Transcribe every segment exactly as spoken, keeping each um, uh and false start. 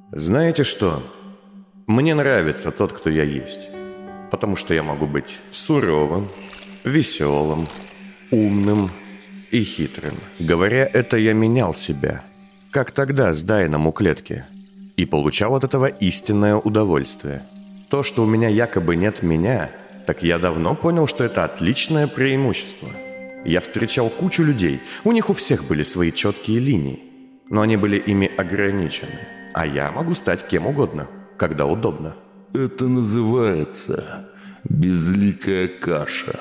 Знаете что? Мне нравится тот, кто я есть. Потому что я могу быть суровым, веселым, умным и хитрым. Говоря это, я менял себя, как тогда с Дайном у клетки, и получал от этого истинное удовольствие. То, что у меня якобы нет меня, так я давно понял, что это отличное преимущество. Я встречал кучу людей, у них у всех были свои четкие линии, но они были ими ограничены. А я могу стать кем угодно, когда удобно. Это называется безликая каша,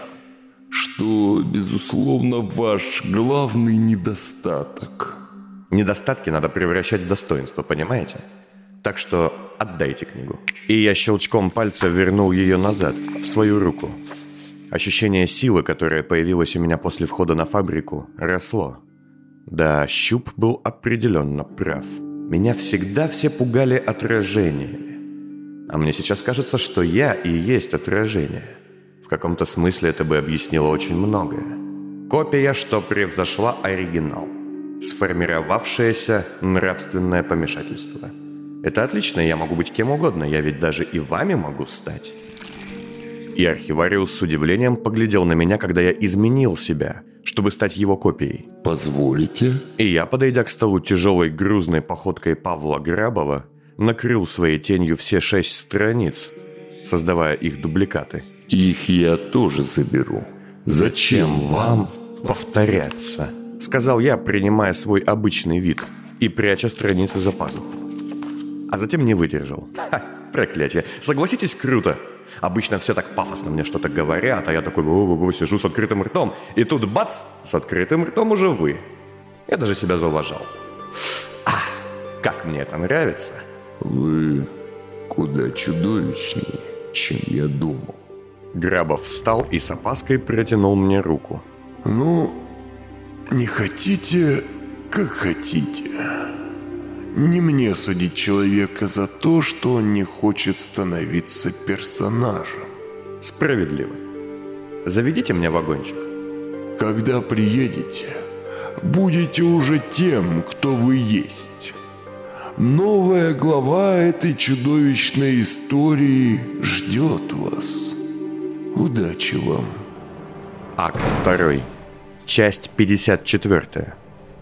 что, безусловно, ваш главный недостаток. Недостатки надо превращать в достоинство, понимаете? Так что отдайте книгу. И я щелчком пальца вернул ее назад, в свою руку. Ощущение силы, которое появилось у меня после входа на фабрику, росло. Да, Щуп был определенно прав. Меня всегда все пугали отражениями. А мне сейчас кажется, что я и есть отражение. В каком-то смысле это бы объяснило очень многое. Копия, что превзошла оригинал. Сформировавшееся нравственное помешательство. Это отлично, я могу быть кем угодно, я ведь даже и вами могу стать. И архивариус с удивлением поглядел на меня, когда я изменил себя, чтобы стать его копией. Позволите? И я, подойдя к столу тяжелой грузной походкой Павла Грабова, накрыл своей тенью все шесть страниц, создавая их дубликаты. Их я тоже заберу. Зачем вам повторяться? Сказал я, принимая свой обычный вид и пряча страницы за пазуху. А затем не выдержал. Ха, проклятие. Согласитесь, круто. Обычно все так пафосно мне что-то говорят, а я такой о-о-о, сижу с открытым ртом. И тут бац, с открытым ртом уже вы. Я даже себя зауважал. А, как мне это нравится. Вы куда чудовищнее, чем я думал. Грабов встал и с опаской протянул мне руку. Ну, не хотите, как хотите. Не мне судить человека за то, что он не хочет становиться персонажем. Справедливо. Заведите мне вагончик. Когда приедете, будете уже тем, кто вы есть. Новая глава этой чудовищной истории ждет вас. Удачи вам. Акт второй. Часть пятьдесят четвёртая.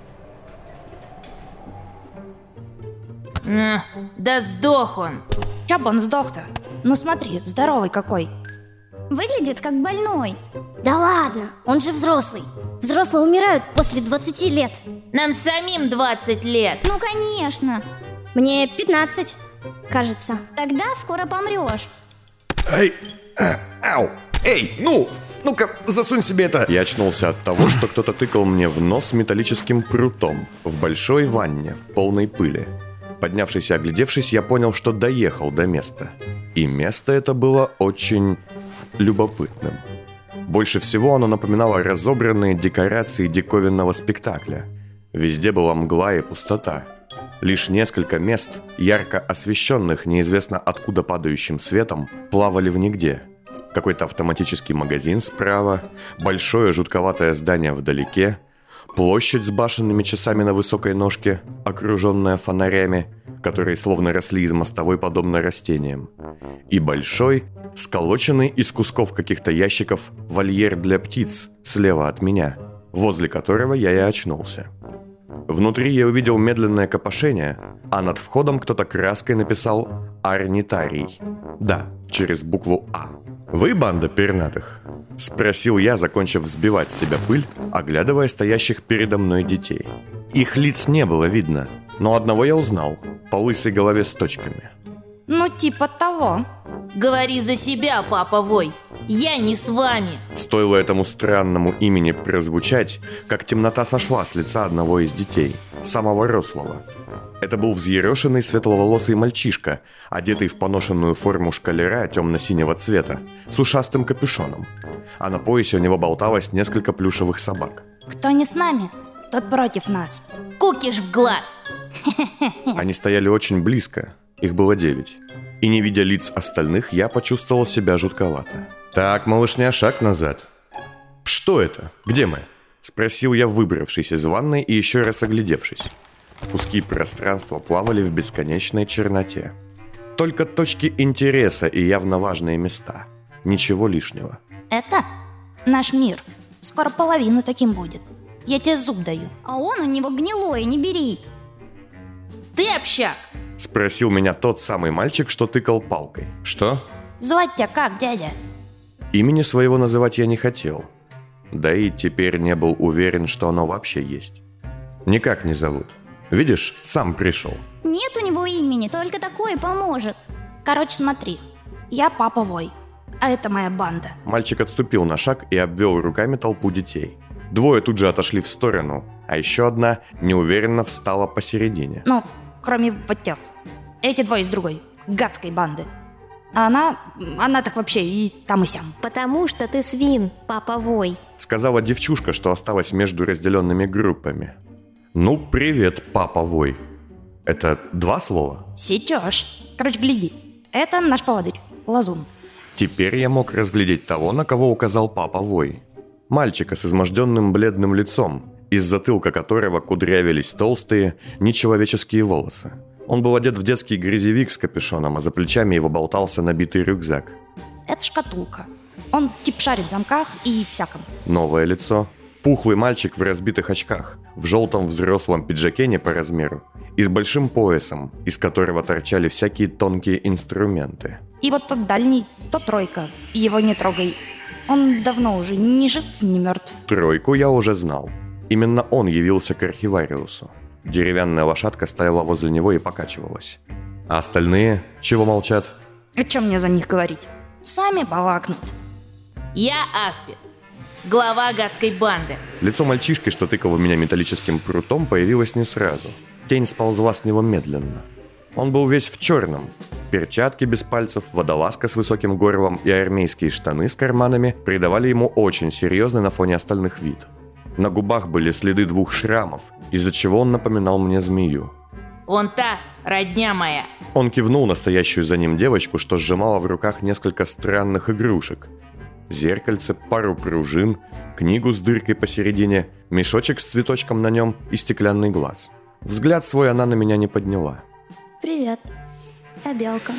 А, да сдох он. Чё бы он сдох-то? Ну смотри, здоровый какой. Выглядит как больной. Да ладно, он же взрослый. Взрослые умирают после двадцати лет. Нам самим двадцать лет. Ну конечно. Мне пятнадцать, кажется. Тогда скоро помрешь. Эй, а, ау, эй, ну, ну-ка, засунь себе это. Я очнулся от того, что кто-то тыкал мне в нос металлическим прутом в большой ванне, полной пыли. Поднявшись и оглядевшись, я понял, что доехал до места. И место это было очень любопытным. Больше всего оно напоминало разобранные декорации диковинного спектакля. Везде была мгла и пустота. Лишь несколько мест, ярко освещенных неизвестно откуда падающим светом, плавали в нигде. Какой-то автоматический магазин справа, большое жутковатое здание вдалеке, площадь с башенными часами на высокой ножке, окруженная фонарями, которые словно росли из мостовой подобно растениям, и большой, сколоченный из кусков каких-то ящиков вольер для птиц слева от меня, возле которого я и очнулся. Внутри я увидел медленное копошение, а над входом кто-то краской написал «Орнитарий». Да, через букву «А». «Вы банда пернатых?» – спросил я, закончив взбивать с себя пыль, оглядывая стоящих передо мной детей. Их лиц не было видно, но одного я узнал – по лысой голове с точками. Ну типа того. Говори за себя, папа Вой. Я не с вами. Стоило этому странному имени прозвучать, как темнота сошла с лица одного из детей, самого рослого. Это был взъерошенный светловолосый мальчишка, одетый в поношенную форму школера темно-синего цвета, с ушастым капюшоном. А на поясе у него болталось несколько плюшевых собак. Кто не с нами, тот против нас. Кукиш в глаз. Они стояли очень близко, их было девять. И не видя лиц остальных, я почувствовал себя жутковато. «Так, малышня, шаг назад». «Что это? Где мы?» Спросил я, выбравшись из ванной и еще раз оглядевшись. Куски пространства плавали в бесконечной черноте. Только точки интереса и явно важные места. Ничего лишнего. Это наш мир. Скоро половина таким будет. Я тебе зуб даю. А он у него гнилой, не бери. Ты общак. Спросил меня тот самый мальчик, что тыкал палкой. Что? Звать тебя как, дядя? Имени своего называть я не хотел. Да и теперь не был уверен, что оно вообще есть. Никак не зовут. Видишь, сам пришел. Нет у него имени, только такое поможет. Короче, смотри. Я папа Вой. А это моя банда. Мальчик отступил на шаг и обвел руками толпу детей. Двое тут же отошли в сторону, а еще одна неуверенно встала посередине. Ну, кроме вот тех. Эти двое из другой, гадской банды. А она, она так вообще и там, и сям. Потому что ты свин, папа Вой. Сказала девчушка, что осталась между разделенными группами. Ну, привет, папа Вой. Это два слова? Сечешь. Короче, гляди. Это наш поводырь, Лазун. Теперь я мог разглядеть того, на кого указал папа Вой. Мальчика с изможденным бледным лицом, из затылка которого кудрявились толстые, нечеловеческие волосы. Он был одет в детский грязевик с капюшоном, а за плечами его болтался набитый рюкзак. Это шкатулка. Он типа шарит в замках и всяком. Новое лицо. Пухлый мальчик в разбитых очках, в желтом взрослом пиджаке не по размеру и с большим поясом, из которого торчали всякие тонкие инструменты. И вот тот дальний, то тройка. Его не трогай. Он давно уже ни жив, ни мертв. Тройку я уже знал. Именно он явился к архивариусу. Деревянная лошадка стояла возле него и покачивалась. А остальные чего молчат? О чем мне за них говорить? Сами балакнут. Я Аспид, глава гадской банды. Лицо мальчишки, что тыкал в меня металлическим прутом, появилось не сразу. Тень сползла с него медленно. Он был весь в черном. Перчатки без пальцев, водолазка с высоким горлом и армейские штаны с карманами придавали ему очень серьезный на фоне остальных вид. На губах были следы двух шрамов, из-за чего он напоминал мне змею. Вон та, родня моя. Он кивнул на стоящую за ним девочку, что сжимала в руках несколько странных игрушек. Зеркальце, пару пружин, книгу с дыркой посередине, мешочек с цветочком на нем и стеклянный глаз. Взгляд свой она на меня не подняла. Привет, я Белка.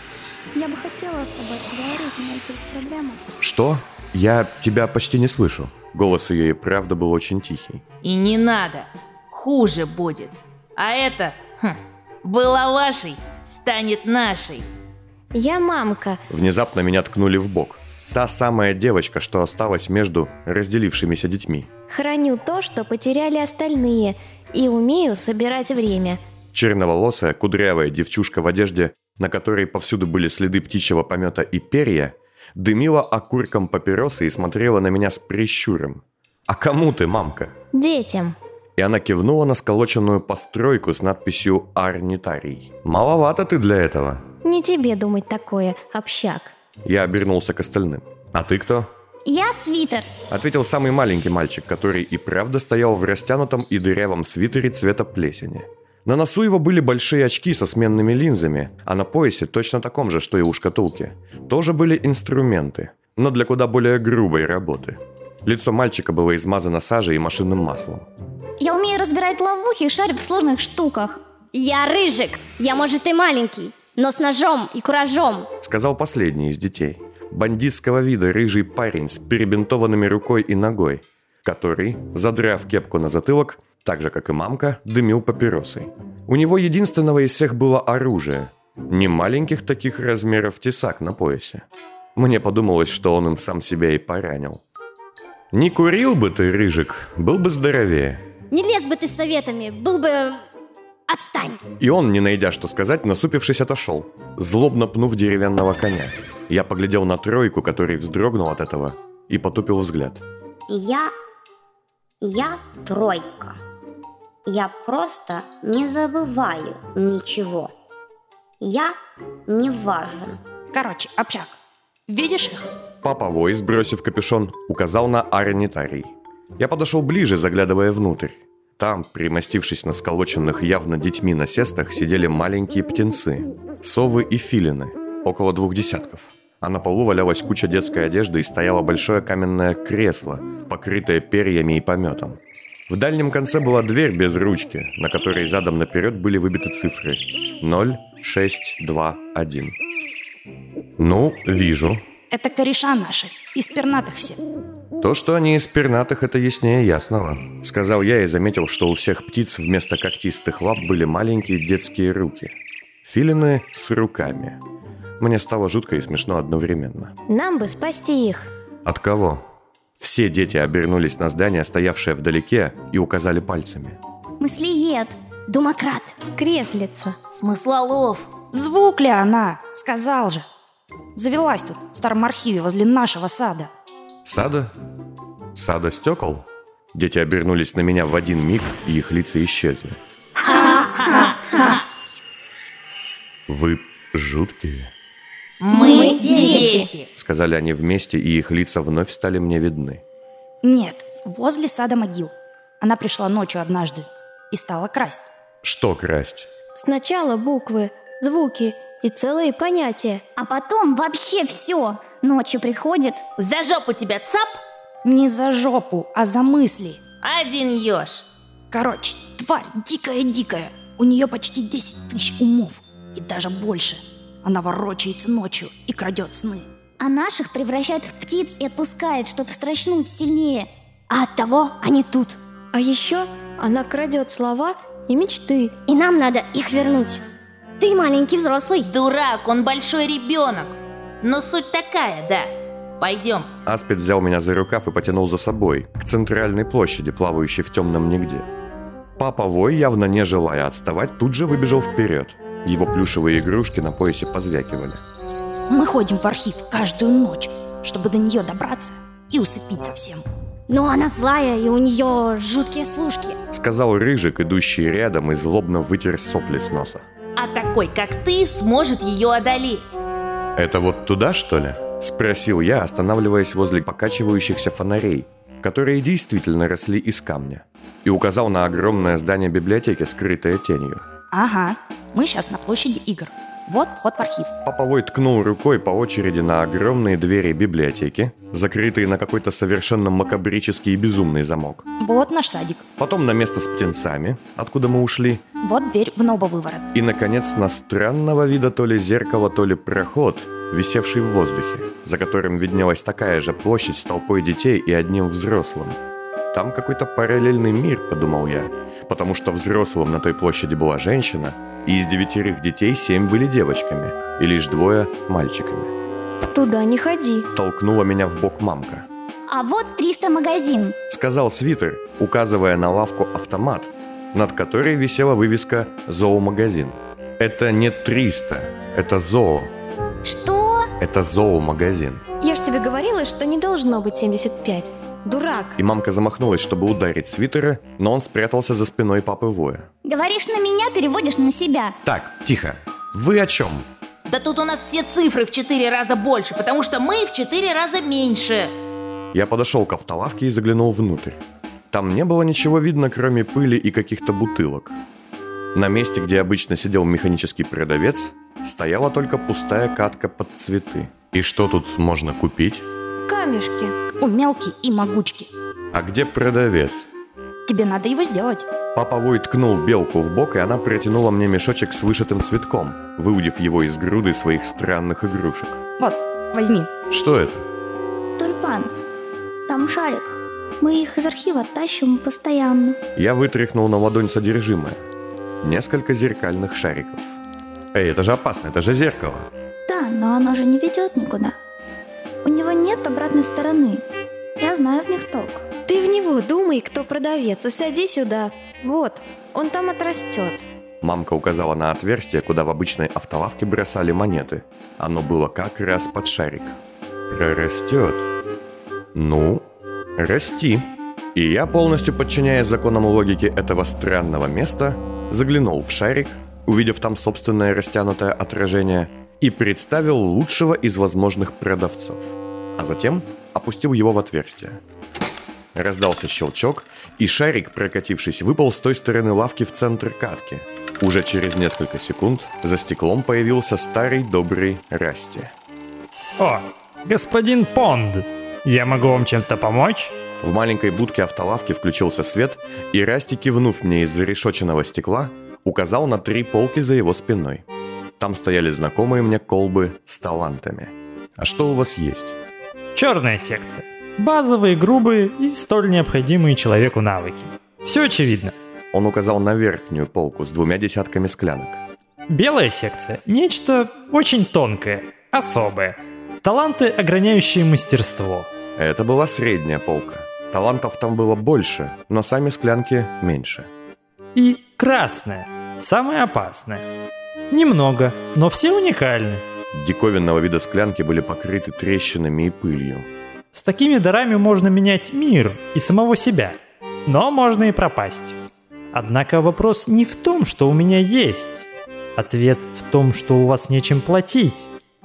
Я бы хотела с тобой поговорить, у меня есть проблема. Что? Я тебя почти не слышу. Голос ее и правда был очень тихий. И не надо, хуже будет. А это, хм, была вашей, станет нашей. Я мамка. Внезапно меня ткнули в бок. Та самая девочка, что осталась между разделившимися детьми. Храню то, что потеряли остальные, и умею собирать время. Черноволосая, кудрявая девчушка в одежде, на которой повсюду были следы птичьего помета и перья, дымила окурком папиросы и смотрела на меня с прищуром. «А кому ты, мамка?» Детям. И она кивнула на сколоченную постройку с надписью «Арнитарий». «Маловато ты для этого». Не тебе думать такое, общак. Я обернулся к остальным. «А ты кто?» Я Свитер. Ответил самый маленький мальчик, который и правда стоял в растянутом и дырявом свитере цвета плесени. На носу его были большие очки со сменными линзами, а на поясе, точно таком же, что и у шкатулки, тоже были инструменты, но для куда более грубой работы. Лицо мальчика было измазано сажей и машинным маслом. Я умею разбирать ловухи и шарю в сложных штуках. Я Рыжик. Я, может, и маленький, но с ножом и куражом. Сказал последний из детей. Бандитского вида рыжий парень с перебинтованными рукой и ногой, который, задрав кепку на затылок, так же, как и мамка, дымил папиросой. У него единственного из всех было оружие. Не маленьких таких размеров тесак на поясе. Мне подумалось, что он им сам себя и поранил. Не курил бы ты, Рыжик, был бы здоровее. Не лез бы ты с советами, был бы... Отстань. И он, не найдя что сказать, насупившись, отошел, злобно пнув деревянного коня. Я поглядел на тройку, который вздрогнул от этого, и потупил взгляд. Я... я тройка. Я просто не забываю ничего. Я не важен. Короче, общак, видишь их? Папа Вой, сбросив капюшон, указал на арнитарий. Я подошел ближе, заглядывая внутрь. Там, примостившись на сколоченных явно детьми насестах, сидели маленькие птенцы, совы и филины, около двух десятков. А на полу валялась куча детской одежды и стояло большое каменное кресло, покрытое перьями и пометом. В дальнем конце была дверь без ручки, на которой задом наперед были выбиты цифры ноль шесть два один. Ну, вижу. Это кореша наши, из пернатых все. То, что они из пернатых, это яснее ясного, сказал я и заметил, что у всех птиц вместо когтистых лап были маленькие детские руки. Филины с руками. Мне стало жутко и смешно одновременно. Нам бы спасти их. От кого? Все дети обернулись на здание, стоявшее вдалеке, и указали пальцами. Мыслиед, думократ, Креслица. Смыслолов. Звук ли она? Сказал же. Завелась тут, в старом архиве возле нашего сада. Сада? Сада стекол? Дети обернулись на меня в один миг, и их лица исчезли. Вы жуткие, Мы дети. сказали они вместе, и их лица вновь стали мне видны. Нет, возле сада могил. Она пришла ночью однажды и стала красть. Что красть? Сначала буквы, звуки и целые понятия. а потом вообще все. Ночью приходит. За жопу тебя цап, Не за жопу, а за мысли. один еж. Короче, тварь дикая-дикая. У нее почти десять тысяч умов. И даже больше. Она ворочается ночью и крадет сны. А наших превращает в птиц и отпускает, чтобы страшнуть сильнее. А оттого они тут. А еще она крадет слова и мечты. И нам надо их вернуть. Ты маленький взрослый. Дурак, он большой ребенок. Но суть такая, да. Пойдем. Аспид взял меня за рукав и потянул за собой, к центральной площади, плавающей в темном нигде. Папа Вой, явно не желая отставать, тут же выбежал вперед. Его плюшевые игрушки на поясе позвякивали. Мы ходим в архив каждую ночь, чтобы до нее добраться и усыпить совсем. Но она злая, и у нее жуткие служки. Сказал Рыжик, идущий рядом, и злобно вытер сопли с носа. А такой, как ты, сможет ее одолеть. «Это вот туда, что ли?» – спросил я, останавливаясь возле покачивающихся фонарей, которые действительно росли из камня, и указал на огромное здание библиотеки, скрытое тенью. Ага, мы сейчас на площади игр. Вот вход в архив. Папа Вой ткнул рукой по очереди на огромные двери библиотеки, закрытые на какой-то совершенно макабрический и безумный замок. Вот наш садик. Потом на место с птенцами, откуда мы ушли, Вот дверь в Нобовыворот. и, наконец, на странного вида то ли зеркало, то ли проход, висевший в воздухе, за которым виднелась такая же площадь с толпой детей и одним взрослым. Там какой-то параллельный мир, подумал я, потому что взрослым на той площади была женщина, и из девятерых детей семь были девочками, и лишь двое мальчиками. Туда не ходи. Толкнула меня в бок мамка. А вот триста магазин. Сказал свитер, указывая на лавку-автомат, над которой висела вывеска «Зоомагазин». Это не триста, это зоо. Что? Это зоомагазин. Я ж тебе говорила, что не должно быть семьдесят пять. Дурак. И мамка замахнулась, чтобы ударить свитера, но он спрятался за спиной папы Воя. Говоришь на меня, переводишь на себя. Так, тихо. Вы о чем? Да тут у нас все цифры в четыре раза больше, потому что мы в четыре раза меньше. Я подошел к автолавке и заглянул внутрь. Там не было ничего видно, кроме пыли и каких-то бутылок. На месте, где обычно сидел механический продавец, стояла только пустая катка под цветы. И что тут можно купить? Камешки. Умелки и могучки. А где продавец? Тебе надо его сделать. Папа Вой ткнул белку в бок, и она протянула мне мешочек с вышитым цветком, выудив его из груды своих странных игрушек. Вот, возьми. Что это? Тюльпан. Там шарик. Мы их из архива тащим постоянно. Я вытряхнул на ладонь содержимое. Несколько зеркальных шариков. Эй, это же опасно, это же зеркало. Да, но оно же не ведет никуда. У него нет обратной стороны. Я знаю в них толк. Ты в него думай, кто продавец, и сади сюда. Вот, он там отрастет. Мамка указала на отверстие, куда в обычной автолавке бросали монеты. Оно было как раз под шарик. Прорастет. Ну, расти. И я, полностью подчиняясь законам логики этого странного места, заглянул в шарик, увидев там собственное растянутое отражение, и представил лучшего из возможных продавцов. А затем опустил его в отверстие. Раздался щелчок, и шарик, прокатившись, выпал с той стороны лавки в центр катки. Уже через несколько секунд за стеклом появился старый добрый Расти. О, господин Понд, я могу вам чем-то помочь? В маленькой будке автолавки включился свет, и Расти, кивнув мне из зарешоченного стекла, указал на три полки за его спиной. Там стояли знакомые мне колбы с талантами. А что у вас есть? Черная секция. Базовые, грубые и столь необходимые человеку навыки. Все очевидно. Он указал на верхнюю полку с двумя десятками склянок. Белая секция. Нечто очень тонкое, особое. Таланты, ограняющие мастерство. Это была средняя полка. Талантов там было больше, но сами склянки меньше. И красная. Самая опасная. Немного, но все уникальны. Диковинного вида склянки были покрыты трещинами и пылью. С такими дарами можно менять мир и самого себя. Но можно и пропасть. Однако вопрос не в том, что у меня есть. Ответ в том, что у вас нечем платить.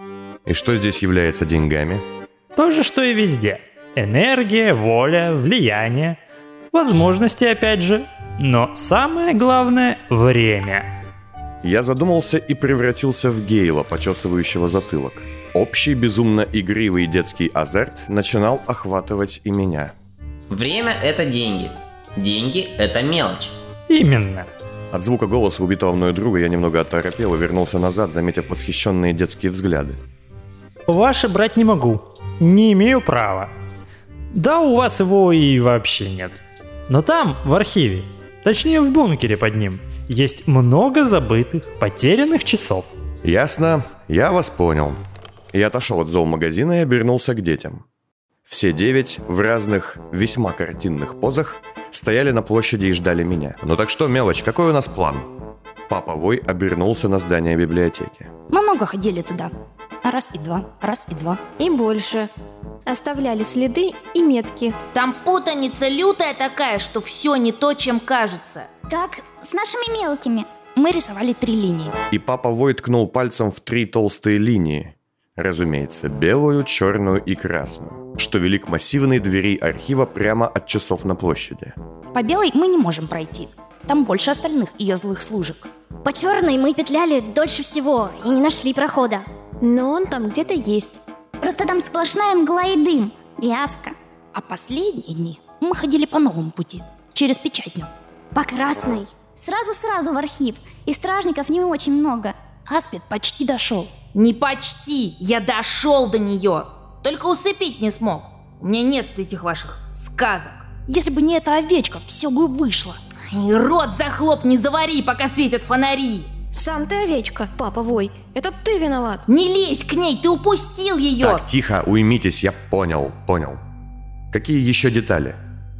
И что здесь является деньгами? То же, что и везде. Энергия, воля, влияние, возможности опять же. Но самое главное – время. Я задумался и превратился в Гейла, почесывающего затылок. Общий безумно игривый детский азарт начинал охватывать и меня. Время – это деньги. Деньги – это мелочь. Именно. От звука голоса убитого мною друга я немного оторопел и вернулся назад, заметив восхищенные детские взгляды. Ваше брать не могу. Не имею права. Да, у вас его и вообще нет. Но там, в архиве, точнее в бункере под ним, есть много забытых, потерянных часов. Ясно, я вас понял. Я отошел от зоомагазина и обернулся к детям. Все девять в разных, весьма картинных позах стояли на площади и ждали меня. Ну так что, мелочь, какой у нас план? Папа Вой обернулся на здание библиотеки. Мы много ходили туда. Раз и два, раз и два. И больше. Оставляли следы и метки. Там путаница лютая такая, что все не то, чем кажется. Как с нашими мелкими. Мы рисовали три линии. И папа Вой ткнул пальцем в три толстые линии. Разумеется, белую, черную и красную, что вели к массивной двери архива прямо от часов на площади. По белой мы не можем пройти. Там больше остальных ее злых служек. По черной мы петляли дольше всего и не нашли прохода. Но он там где-то есть. Просто там сплошная мгла и дым. Вязко. А последние дни мы ходили по новому пути. Через печатню. По красной. Сразу-сразу в архив. И стражников не очень много. Аспид почти дошел. Не почти, я дошел до нее. Только усыпить не смог. У меня нет этих ваших сказок. Если бы не эта овечка, все бы вышло. И рот захлоп, не завари, пока светят фонари. Сам ты овечка, папа Вой. Это ты виноват. Не лезь к ней, ты упустил ее. Так, тихо, уймитесь, я понял, понял. Какие еще детали?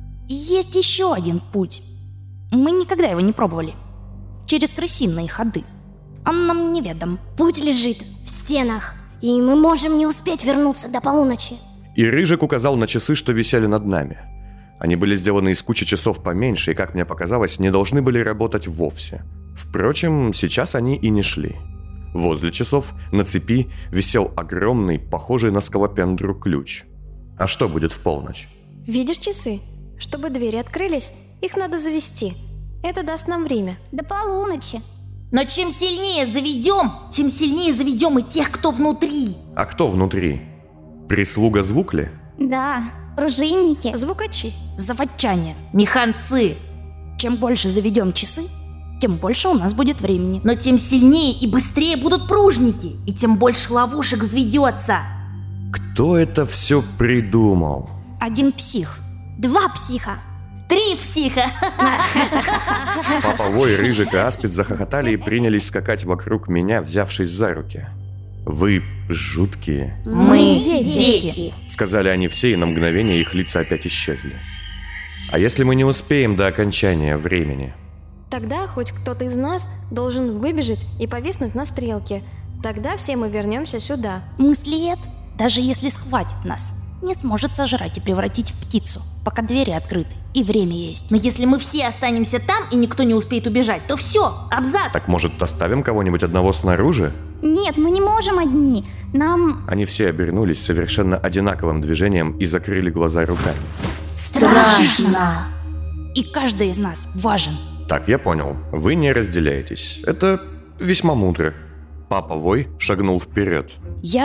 Есть еще один путь. Мы никогда его не пробовали. Через крысиные ходы. Он нам неведом. Путь лежит в стенах, и мы можем не успеть вернуться до полуночи. И Рыжик указал на часы, что висели над нами. Они были сделаны из кучи часов поменьше и, как мне показалось, не должны были работать вовсе. Впрочем, сейчас они и не шли. Возле часов на цепи висел огромный, похожий на скалопендру ключ. А что будет в полночь? Видишь часы? Чтобы двери открылись, их надо завести. Это даст нам время. До полуночи. Но чем сильнее заведем, тем сильнее заведем и тех, кто внутри. А кто внутри? Прислуга звук ли? Да, пружинники. Звукачи. Заводчане. Механцы. Чем больше заведем часы, тем больше у нас будет времени. Но тем сильнее и быстрее будут пружники, и тем больше ловушек взведется. Кто это все придумал? Один псих. Два психа. Три психа. Папа Вой, Рыжик и Аспид захохотали и принялись скакать вокруг меня, взявшись за руки. «Вы жуткие», Мы дети. дети. сказали они все, и на мгновение их лица опять исчезли. «А если мы не успеем до окончания времени?» Тогда хоть кто-то из нас должен выбежать и повиснуть на стрелке. Тогда все мы вернемся сюда. Мыслит, даже если схватит нас, не сможет сожрать и превратить в птицу, пока двери открыты и время есть. Но если мы все останемся там и никто не успеет убежать, то все, абзац. Так может оставим кого-нибудь одного снаружи? Нет, мы не можем одни. Нам... Они все обернулись совершенно одинаковым движением и закрыли глаза руками. Страшно! И каждый из нас важен. Так, я понял. Вы не разделяетесь. Это весьма мудро. Папа Вой шагнул вперед. Я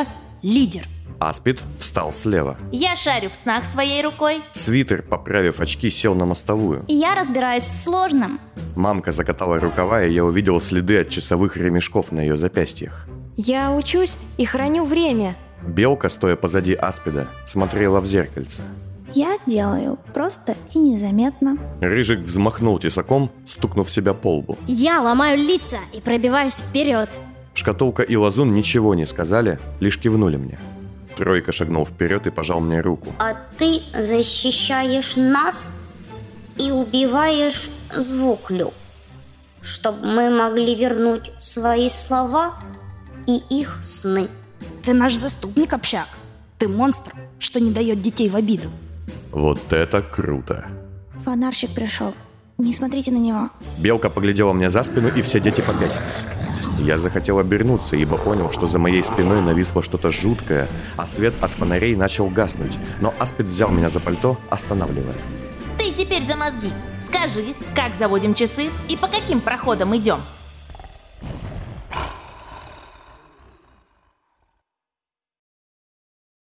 лидер. Аспид встал слева. Я шарю в снах своей рукой. Свитер, поправив очки, сел на мостовую. Я разбираюсь в сложном. Мамка закатала рукава, и я увидел следы от часовых ремешков на ее запястьях. Я учусь и храню время. Белка, стоя позади Аспида, смотрела в зеркальце. Я делаю просто и незаметно. Рыжик взмахнул тесаком, стукнув себя по лбу. Я ломаю лица и пробиваюсь вперед. Шкатулка и Лазун ничего не сказали, лишь кивнули мне. Тройка шагнул вперед и пожал мне руку. А ты защищаешь нас и убиваешь Звуклю, чтобы мы могли вернуть свои слова и их сны. Ты наш заступник, общак. Ты монстр, что не дает детей в обиду. Вот это круто. Фонарщик пришел. Не смотрите на него. Белка поглядела мне за спину, и все дети попятились. Я захотел обернуться, ибо понял, что за моей спиной нависло что-то жуткое, а свет от фонарей начал гаснуть. Но Аспид взял меня за пальто, останавливая. Ты теперь за мозги. Скажи, как заводим часы и по каким проходам идем?